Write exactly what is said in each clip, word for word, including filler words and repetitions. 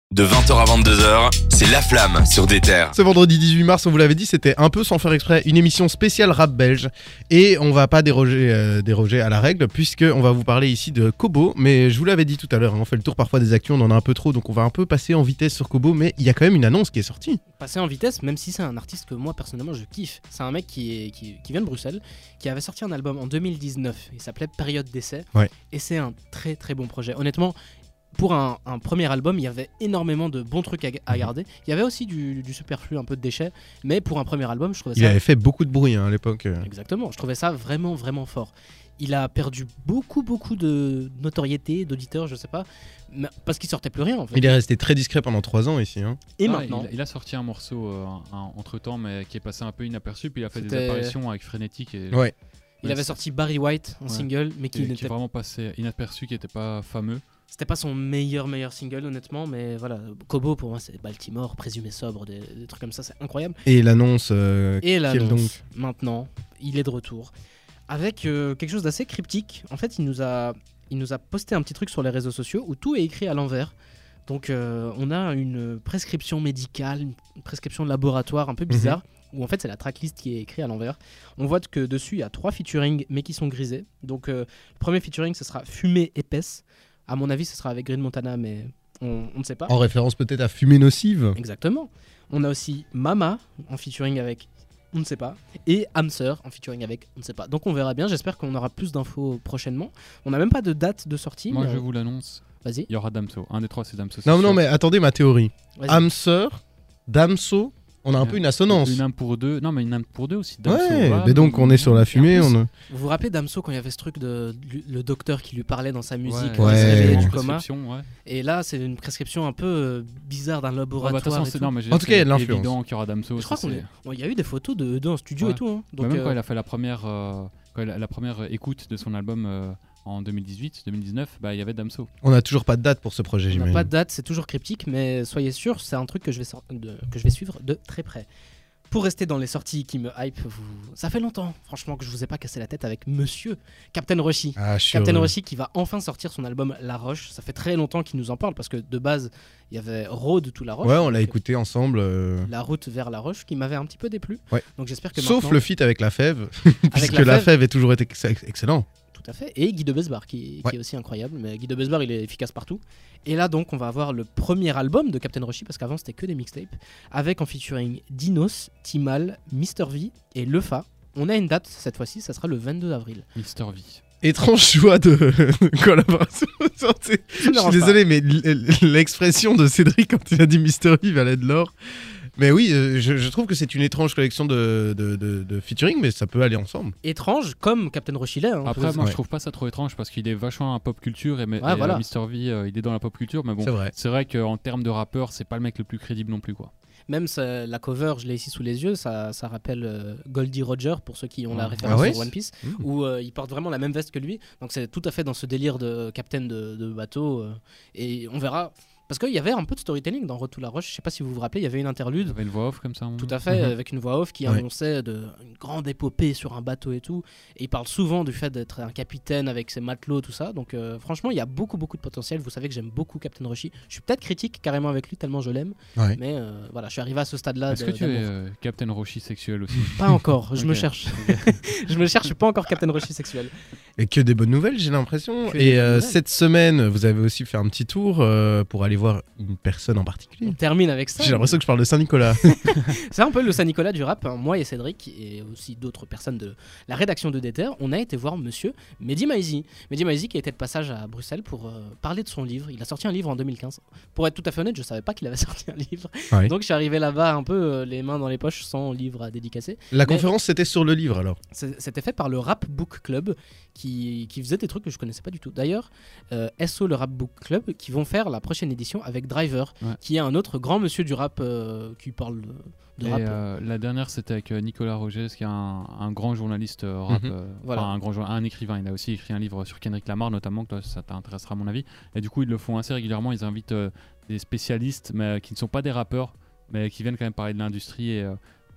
De vingt heures à vingt-deux heures, c'est La Flamme sur des terres. Ce vendredi dix-huit mars, on vous l'avait dit, c'était un peu sans faire exprès une émission spéciale rap belge. Et on va pas déroger, euh, déroger à la règle, puisqu'on va vous parler ici de Kobo. Mais je vous l'avais dit tout à l'heure, hein, on fait le tour parfois des actus, on en a un peu trop, donc on va un peu passer en vitesse sur Kobo. Mais il y a quand même une annonce qui est sortie. Passer en vitesse, même si c'est un artiste que moi personnellement je kiffe. C'est un mec qui, est, qui, qui vient de Bruxelles, qui avait sorti un album en deux mille dix-neuf. Il s'appelait Période d'essai. Ouais. Et c'est un très très bon projet. Honnêtement, pour un, un premier album, il y avait énormément de bons trucs à, à garder. Il y avait aussi du, du superflu, un peu de déchets. Mais pour un premier album, je trouvais ça... Il avait fait beaucoup de bruit hein, à l'époque. Exactement, je trouvais ça vraiment vraiment fort. Il a perdu beaucoup beaucoup de notoriété, d'auditeurs, je sais pas, parce qu'il sortait plus rien en fait. Il est resté très discret pendant trois ans ici. Hein. Et ah, maintenant, il, il a sorti un morceau euh, entre temps, mais qui est passé un peu inaperçu. Puis il a fait C'était... des apparitions avec Frénétique. Et... Ouais. Il ouais, avait sorti Barry White en ouais. single, mais qui qui, n'était qui est vraiment passé inaperçu, qui était pas fameux. C'était pas son meilleur meilleur single honnêtement, mais voilà, Kobo pour moi c'est Baltimore, présumé sobre, des, des trucs comme ça, c'est incroyable. Et l'annonce. Euh, Et l'annonce, donc... maintenant, il est de retour avec euh, quelque chose d'assez cryptique. En fait, il nous a, il nous a posté un petit truc sur les réseaux sociaux où tout est écrit à l'envers. Donc, euh, on a une prescription médicale, une prescription de laboratoire un peu bizarre. Mmh. Où en fait c'est la tracklist qui est écrite à l'envers. On voit que dessus il y a trois featuring mais qui sont grisés. Donc euh, le premier featuring ce sera Fumée épaisse. À mon avis ce sera avec Green Montana mais on, on ne sait pas. En référence peut-être à Fumée nocive. Exactement. On a aussi Mama en featuring avec on ne sait pas. Et Hamster en featuring avec on ne sait pas. Donc on verra bien, j'espère qu'on aura plus d'infos prochainement. On n'a même pas de date de sortie. Moi je on... vous l'annonce. Vas-y. Il y aura Damso. Un des trois c'est Damso. Non non mais attendez ma théorie. Vas-y. Hamster, Damso. On a un une, peu une assonance. Une âme pour deux. Non, mais une âme pour deux aussi. Damso, ouais, voilà, mais donc on est sur la fumée. plus, on... Vous vous rappelez Damso quand il y avait ce truc de, de le docteur qui lui parlait dans sa musique, ouais, ouais, il se réveillait ouais. du coma. Ouais. Et là, c'est une prescription un peu euh, bizarre d'un laboratoire. Ouais, bah, façon, et c'est, tout. non, mais en tout cas, il y a de l'influence. C'est évident qu'il y aura Damso. Je crois ça, qu'on est. Bon, il y a eu des photos de d'eux en studio ouais. et tout. Hein. Donc, bah, même euh... quand il a fait la première, euh, quand il a, la première écoute de son album. Euh, en deux mille dix-huit deux mille dix-neuf, bah, il y avait Damso. On n'a toujours pas de date pour ce projet, On j'imagine. n'a pas de date, c'est toujours cryptique, mais soyez sûr, c'est un truc que je vais, so- de, que je vais suivre de très près. Pour rester dans les sorties qui me hype, vous... ça fait longtemps, franchement, que je vous ai pas cassé la tête avec Monsieur Captain Roshi. Ah, je suis Captain heureux. Roshi qui va enfin sortir son album La Roche. Ça fait très longtemps qu'il nous en parle parce que de base, il y avait Road to La Roche. Ouais, on l'a donc, écouté ensemble. Euh... La route vers La Roche qui m'avait un petit peu déplu. Ouais. Donc j'espère que Sauf maintenant... le feat avec La Fève, puisque La La Fève. Fève est toujours été ex- excellent. Tout à fait. Et Guy de Besbar qui, Ouais. qui est aussi incroyable. Mais Guy de Besbar, il est efficace partout. Et là, donc, on va avoir le premier album de Captain Roshi parce qu'avant, c'était que des mixtapes. Avec en featuring Dinos, Timal, Mister V et Lefa. On a une date cette fois-ci, ça sera le vingt-deux avril. Mister V. Étrange choix de collaboration. Je suis dérange désolé, mais l- l'expression de Cédric quand il a dit Mister V valait de l'or. Mais oui, euh, je, je trouve que c'est une étrange collection de, de, de, de featuring, mais ça peut aller ensemble. Étrange, comme Captain Roshi l'est. Hein. Après, moi ouais. je trouve pas ça trop étrange parce qu'il est vachement en pop culture et, mais, Ouais, et, voilà. euh, Mister V euh, il est dans la pop culture, mais bon, C'est vrai. c'est vrai qu'en termes de rappeur, c'est pas le mec le plus crédible non plus, quoi. Même ça, la cover, je l'ai ici sous les yeux, ça, ça rappelle euh, Goldie Roger pour ceux qui ont la Ah. référence Ah ouais sur One Piece, Mmh. où euh, il porte vraiment la même veste que lui. Donc c'est tout à fait dans ce délire de capitaine de, de bateau. euh, et on verra. Parce qu'il y avait un peu de storytelling dans Road to La Roche. Je sais pas si vous vous rappelez, il y avait une Il interlude. avait une voix off comme ça. un Tout moment. à fait, Mhm. avec une voix off qui Ouais. annonçait de, une grande épopée sur un bateau et tout. Et il parle souvent du fait d'être un capitaine avec ses matelots, tout ça. Donc euh, franchement, il y a beaucoup, beaucoup de potentiel. Vous savez que j'aime beaucoup Captain Roshi. Je suis peut-être critique carrément avec lui, tellement je l'aime. Ouais. Mais euh, voilà, je suis arrivé à ce stade-là. Est-ce de- que tu es d'amour. euh, Captain Roshi sexuel aussi? Pas encore, je me Ok. cherche. je me cherche, je suis pas encore Captain Roshi sexuel. Et que des bonnes nouvelles, j'ai l'impression. Que des Et bonnes euh, nouvelles. cette semaine, vous avez aussi fait un petit tour euh, pour aller voir une personne en particulier. On termine avec ça. J'ai l'impression que je parle de Saint-Nicolas. C'est un peu le Saint-Nicolas du rap. hein. Moi et Cédric, et aussi d'autres personnes de la rédaction de Déter, on a été voir monsieur Mehdi Maizi. Mehdi Maizi qui était de passage à Bruxelles pour euh, parler de son livre. Il a sorti un livre en deux mille quinze. Pour être tout à fait honnête, je savais pas qu'il avait sorti un livre. Ouais. Donc je suis arrivé là-bas un peu euh, les mains dans les poches sans livre à dédicacer. La Mais- conférence, c'était sur le livre alors. C'est- C'était fait par le Rap Book Club qui, qui faisait des trucs que je connaissais pas du tout. D'ailleurs, euh, S O le Rap Book Club qui vont faire la prochaine édition avec Driver, Ouais. qui est un autre grand monsieur du rap euh, qui parle de, de Et rap. euh, la dernière, c'était avec euh, Nicolas Rogers, qui est un, un grand journaliste euh, rap, Mhm. euh, Voilà. enfin un grand jour- un écrivain. Il a aussi écrit un livre sur Kendrick Lamar, notamment, que toi, ça t'intéressera à mon avis. Et du coup, ils le font assez régulièrement. Ils invitent euh, des spécialistes, mais euh, qui ne sont pas des rappeurs, mais qui viennent quand même parler de l'industrie et euh,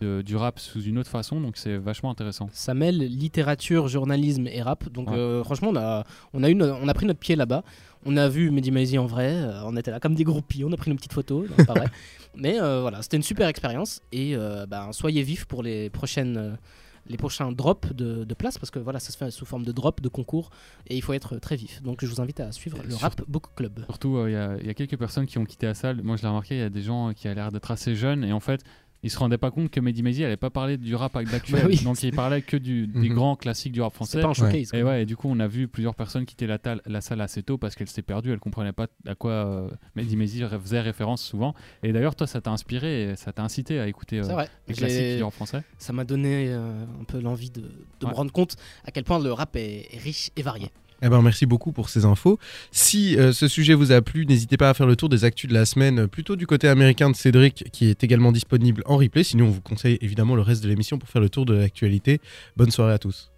de- du rap sous une autre façon, donc c'est vachement intéressant. Ça mêle littérature, journalisme et rap. Donc Ouais. euh, franchement, on a, on, a eu no- on a pris notre pied là-bas. On a vu Mehdi Maizi en vrai. euh, on était là comme des groupies. On a pris nos petites photos. Non, pas vrai. Mais euh, voilà, c'était une super expérience. Et euh, ben, soyez vifs pour les prochaines. euh, les prochains drops de, de places parce que voilà ça se fait sous forme de drop de concours et il faut être très vif, donc je vous invite à suivre le Sur- Rap Book Club. Surtout, il euh, y, y a quelques personnes qui ont quitté la salle. Moi, je l'ai remarqué, il y a des gens qui ont l'air d'être assez jeunes et en fait, ils se rendaient pas compte que Mehdi Maizi n'allait pas parler du rap d'actuel. Bah oui. Donc, il parlait que du, des Mhm. grands classiques du rap C'est français. pas un showcase. quoi. Et ouais, et du coup, on a vu plusieurs personnes quitter la, tal- la salle assez tôt parce qu'elles s'étaient perdues, elles comprenaient pas à quoi euh, Mehdi Maizi ré- faisait référence souvent. Et d'ailleurs, toi, ça t'a inspiré, et ça t'a incité à écouter euh, C'est vrai. les Je classiques l'ai- du rap français. Ça m'a donné euh, un peu l'envie de, de Ouais. me rendre compte à quel point le rap est, est riche et varié. Eh ben, merci beaucoup pour ces infos. Si euh, ce sujet vous a plu, n'hésitez pas à faire le tour des actus de la semaine, euh, plutôt du côté américain de Cédric, qui est également disponible en replay. Sinon, on vous conseille évidemment le reste de l'émission pour faire le tour de l'actualité. Bonne soirée à tous.